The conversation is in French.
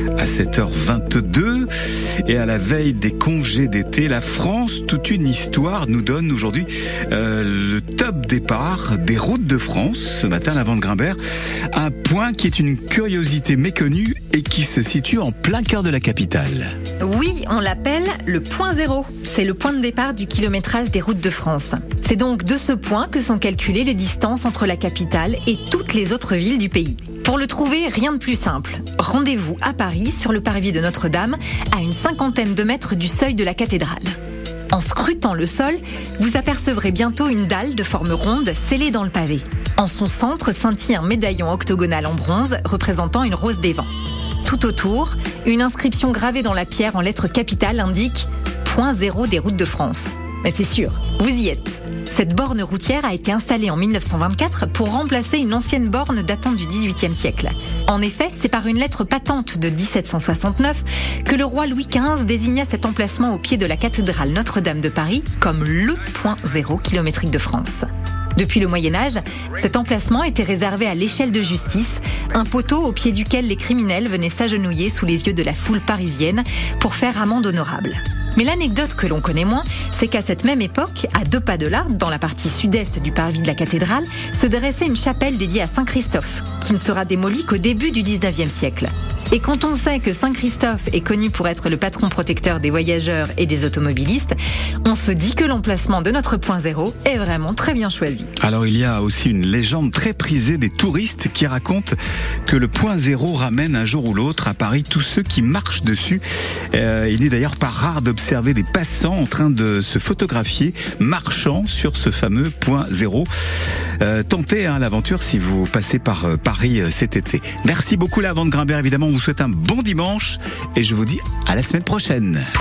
à 7h22. Et à la veille des congés d'été, la France, toute une histoire, nous donne aujourd'hui le top départ des routes de France. Ce matin, la Vente Grimbert, un point qui est une curiosité méconnue et qui se situe en plein cœur de la capitale. Oui, on l'appelle le point zéro. C'est le point de départ du kilométrage des routes de France. C'est donc de ce point que sont calculées les distances entre la capitale et toutes les autres villes du pays. Pour le trouver, rien de plus simple. Rendez-vous à Paris, sur le parvis de Notre-Dame, à une 50aine de mètres du seuil de la cathédrale. En scrutant le sol, vous apercevrez bientôt une dalle de forme ronde scellée dans le pavé. En son centre scintille un médaillon octogonal en bronze représentant une rose des vents. Tout autour, une inscription gravée dans la pierre en lettres capitales indique « Point zéro des routes de France ». Mais c'est sûr, vous y êtes. Cette borne routière a été installée en 1924 pour remplacer une ancienne borne datant du XVIIIe siècle. En effet, c'est par une lettre patente de 1769 que le roi Louis XV désigna cet emplacement au pied de la cathédrale Notre-Dame de Paris comme le point zéro kilométrique de France. Depuis le Moyen-Âge, cet emplacement était réservé à l'échelle de justice, un poteau au pied duquel les criminels venaient s'agenouiller sous les yeux de la foule parisienne pour faire amende honorable. Mais l'anecdote que l'on connaît moins, c'est qu'à cette même époque, à 2 pas de là, dans la partie sud-est du parvis de la cathédrale, se dressait une chapelle dédiée à Saint-Christophe, qui ne sera démolie qu'au début du XIXe siècle. Et quand on sait que Saint-Christophe est connu pour être le patron protecteur des voyageurs et des automobilistes, on se dit que l'emplacement de notre point zéro est vraiment très bien choisi. Alors il y a aussi une légende très prisée des touristes qui raconte que le point zéro ramène un jour ou l'autre à Paris tous ceux qui marchent dessus. Il n'est d'ailleurs pas rare d'observer des passants en train de se photographier, marchant sur ce fameux point zéro. Tentez l'aventure si vous passez par Paris cet été. Merci beaucoup la Vente Grimbert, évidemment on vous souhaite un bon dimanche et je vous dis à la semaine prochaine.